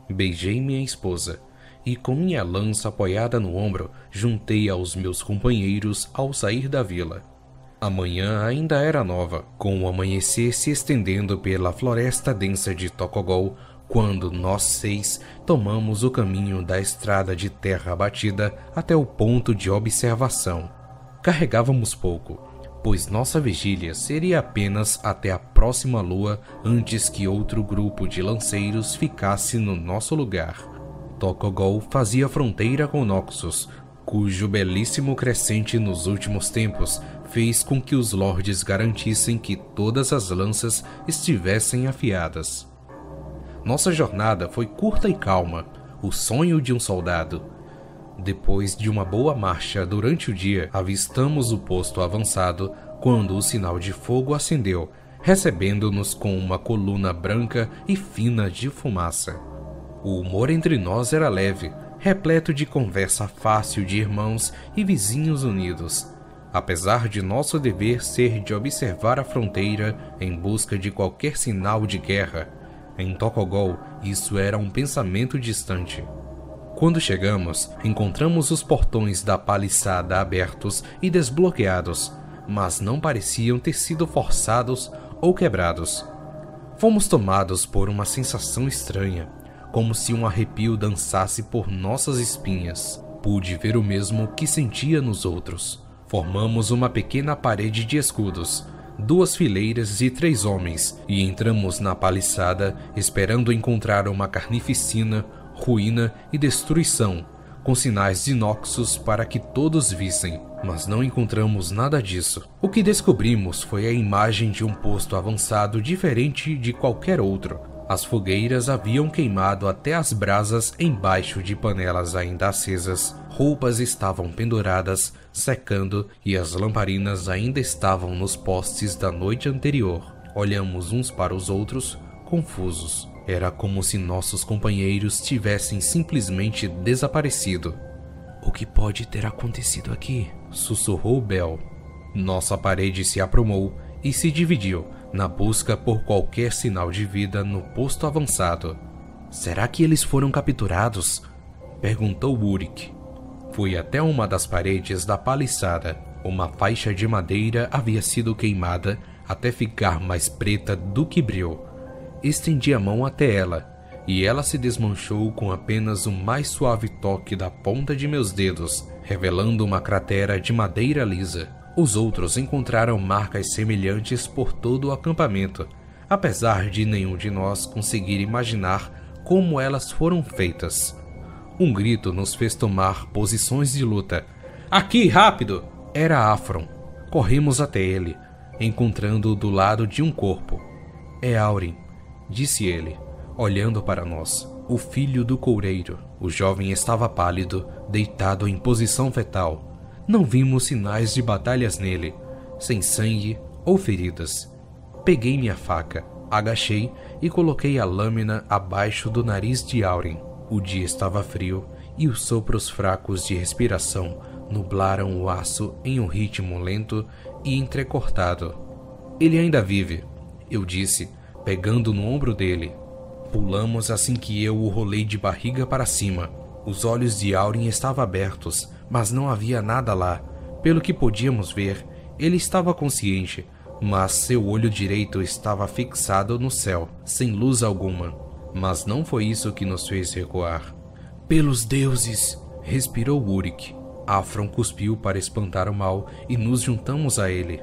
Beijei minha esposa e, com minha lança apoiada no ombro, juntei aos meus companheiros ao sair da vila. A manhã ainda era nova, com o amanhecer se estendendo pela floresta densa de Tokogol, quando nós 6 tomamos o caminho da estrada de terra batida até o ponto de observação. Carregávamos pouco, pois nossa vigília seria apenas até a próxima lua antes que outro grupo de lanceiros ficasse no nosso lugar. Tokogol fazia fronteira com Noxus, cujo belíssimo crescente nos últimos tempos fez com que os lordes garantissem que todas as lanças estivessem afiadas. Nossa jornada foi curta e calma, o sonho de um soldado. Depois de uma boa marcha durante o dia, avistamos o posto avançado quando o sinal de fogo acendeu, recebendo-nos com uma coluna branca e fina de fumaça. O humor entre nós era leve, repleto de conversa fácil de irmãos e vizinhos unidos. Apesar de nosso dever ser de observar a fronteira em busca de qualquer sinal de guerra, em Tokogol isso era um pensamento distante. Quando chegamos, encontramos os portões da paliçada abertos e desbloqueados, mas não pareciam ter sido forçados ou quebrados. Fomos tomados por uma sensação estranha, como se um arrepio dançasse por nossas espinhas. Pude ver o mesmo que sentia nos outros. Formamos uma pequena parede de escudos, 2 fileiras e 3 homens, e entramos na paliçada esperando encontrar uma carnificina, ruína e destruição, com sinais de Noxus para que todos vissem, mas não encontramos nada disso. O que descobrimos foi a imagem de um posto avançado diferente de qualquer outro. As fogueiras haviam queimado até as brasas embaixo de panelas ainda acesas, roupas estavam penduradas, secando e as lamparinas ainda estavam nos postes da noite anterior. Olhamos uns para os outros, confusos. Era como se nossos companheiros tivessem simplesmente desaparecido. "O que pode ter acontecido aqui?" sussurrou Bel. Nossa parede se aprumou e se dividiu, na busca por qualquer sinal de vida no posto avançado. "Será que eles foram capturados?" perguntou Urik. Fui até uma das paredes da paliçada. Uma faixa de madeira havia sido queimada até ficar mais preta do que breu. Estendi a mão até ela, e ela se desmanchou com apenas o mais suave toque da ponta de meus dedos, revelando uma cratera de madeira lisa. Os outros encontraram marcas semelhantes por todo o acampamento, apesar de nenhum de nós conseguir imaginar como elas foram feitas. Um grito nos fez tomar posições de luta. "Aqui, rápido!" Era Afron. Corremos até ele, encontrando-o do lado de um corpo. "É Aurin", disse ele, olhando para nós. "O filho do coureiro." O jovem estava pálido, deitado em posição fetal. Não vimos sinais de batalhas nele, sem sangue ou feridas. Peguei minha faca, agachei e coloquei a lâmina abaixo do nariz de Aurin. O dia estava frio e os sopros fracos de respiração nublaram o aço em um ritmo lento e entrecortado. "Ele ainda vive", eu disse, pegando no ombro dele. Pulamos assim que eu o rolei de barriga para cima. Os olhos de Aurin estavam abertos, mas não havia nada lá. Pelo que podíamos ver, ele estava consciente, mas seu olho direito estava fixado no céu, sem luz alguma. Mas não foi isso que nos fez recuar. "Pelos deuses!" respirou Urik. Afron cuspiu para espantar o mal e nos juntamos a ele.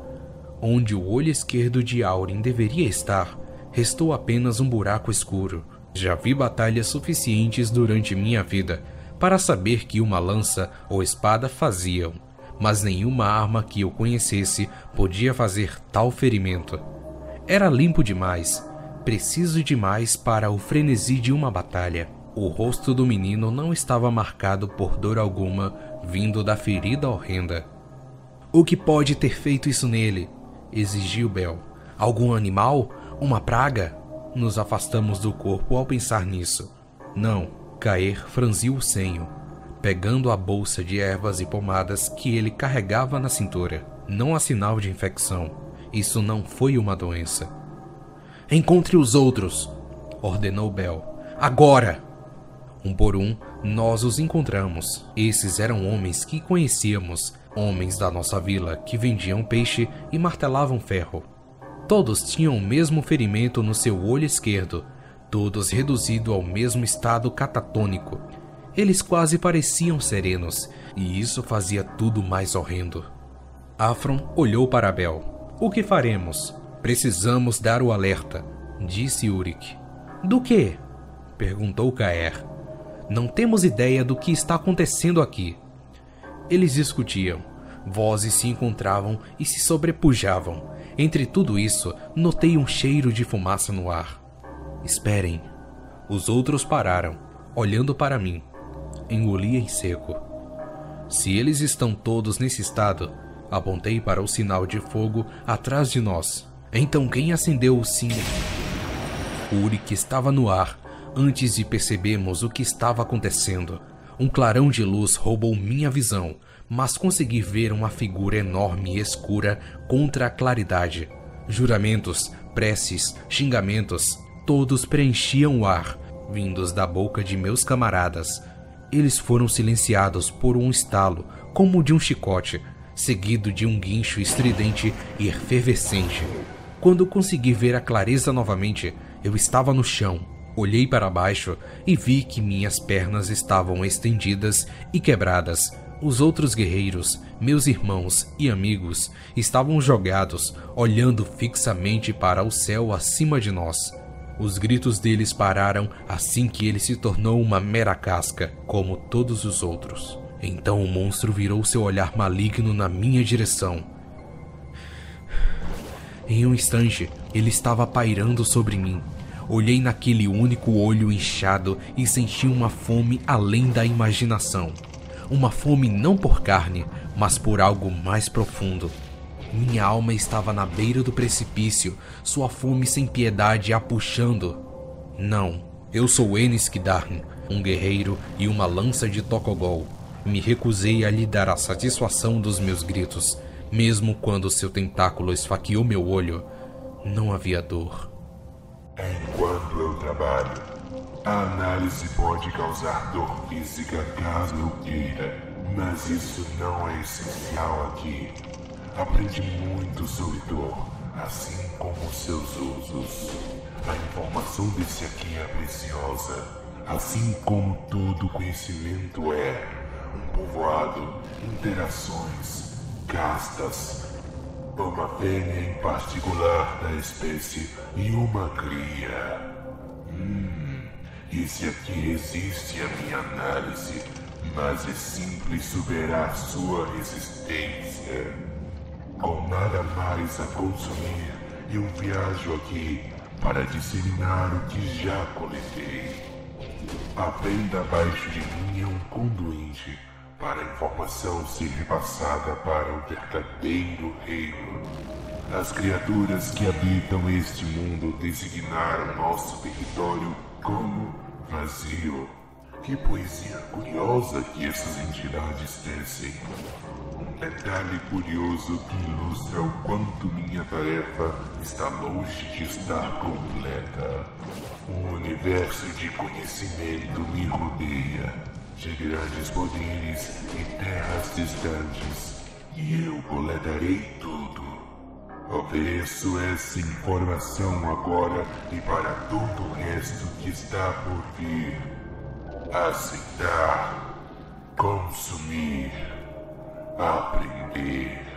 Onde o olho esquerdo de Aurin deveria estar, restou apenas um buraco escuro. Já vi batalhas suficientes durante minha vida para saber que uma lança ou espada faziam, mas nenhuma arma que eu conhecesse podia fazer tal ferimento. Era limpo demais, preciso demais para o frenesi de uma batalha. O rosto do menino não estava marcado por dor alguma vindo da ferida horrenda. "O que pode ter feito isso nele?" exigiu Bel. "Algum animal? Uma praga?" Nos afastamos do corpo ao pensar nisso. "Não." Caer franziu o senho, pegando a bolsa de ervas e pomadas que ele carregava na cintura. "Não há sinal de infecção. Isso não foi uma doença." "Encontre os outros!" ordenou Bel. Agora! Um por um, nós os encontramos. Esses eram homens que conhecíamos, homens da nossa vila que vendiam peixe e martelavam ferro. Todos tinham o mesmo ferimento no seu olho esquerdo, todos reduzidos ao mesmo estado catatônico. Eles quase pareciam serenos, e isso fazia tudo mais horrendo. Afron olhou para Bel. O que faremos? Precisamos dar o alerta, disse Urik. Do quê? Perguntou Caer. Não temos ideia do que está acontecendo aqui. Eles discutiam. Vozes se encontravam e se sobrepujavam. Entre tudo isso, notei um cheiro de fumaça no ar. Esperem. Os outros pararam, olhando para mim. Engoli em seco. Se eles estão todos nesse estado, apontei para o sinal de fogo atrás de nós. Então quem acendeu o símbolo? Urik estava no ar. Antes de percebermos o que estava acontecendo, um clarão de luz roubou minha visão, mas consegui ver uma figura enorme e escura contra a claridade. Juramentos, preces, xingamentos, todos preenchiam o ar, vindos da boca de meus camaradas. Eles foram silenciados por um estalo, como de um chicote, seguido de um guincho estridente e efervescente. Quando consegui ver a clareza novamente, eu estava no chão. Olhei para baixo e vi que minhas pernas estavam estendidas e quebradas. Os outros guerreiros, meus irmãos e amigos, estavam jogados, olhando fixamente para o céu acima de nós. Os gritos deles pararam assim que ele se tornou uma mera casca, como todos os outros. Então o monstro virou seu olhar maligno na minha direção. Em um instante, ele estava pairando sobre mim. Olhei naquele único olho inchado e senti uma fome além da imaginação. Uma fome não por carne, mas por algo mais profundo. Minha alma estava na beira do precipício, sua fome sem piedade a puxando. Não, eu sou Enis Kidarn, um guerreiro e uma lança de Tokogol. Me recusei a lhe dar a satisfação dos meus gritos, mesmo quando seu tentáculo esfaqueou meu olho. Não havia dor. Enquanto eu trabalho, a análise pode causar dor física caso eu queira, mas isso não é essencial aqui. Aprendi muito sobre dor, assim como seus usos. A informação desse aqui é preciosa, assim como todo conhecimento é. Um povoado, interações, castas, uma fêmea em particular da espécie e uma cria. Esse aqui existe a minha análise, mas é simples superar sua resistência. Com nada mais a consumir, eu viajo aqui para disseminar o que já coletei. A venda abaixo de mim é um conduíte para a informação ser repassada para o verdadeiro reino. As criaturas que habitam este mundo designaram nosso território como vazio. Que poesia curiosa que essas entidades tecem. Um detalhe curioso que ilustra o quanto minha tarefa está longe de estar completa. Um universo de conhecimento me rodeia, de grandes poderes e terras distantes, e eu coletarei tudo. Ofereço essa informação agora e para todo o resto que está por vir. Aceitar, consumir, aprender.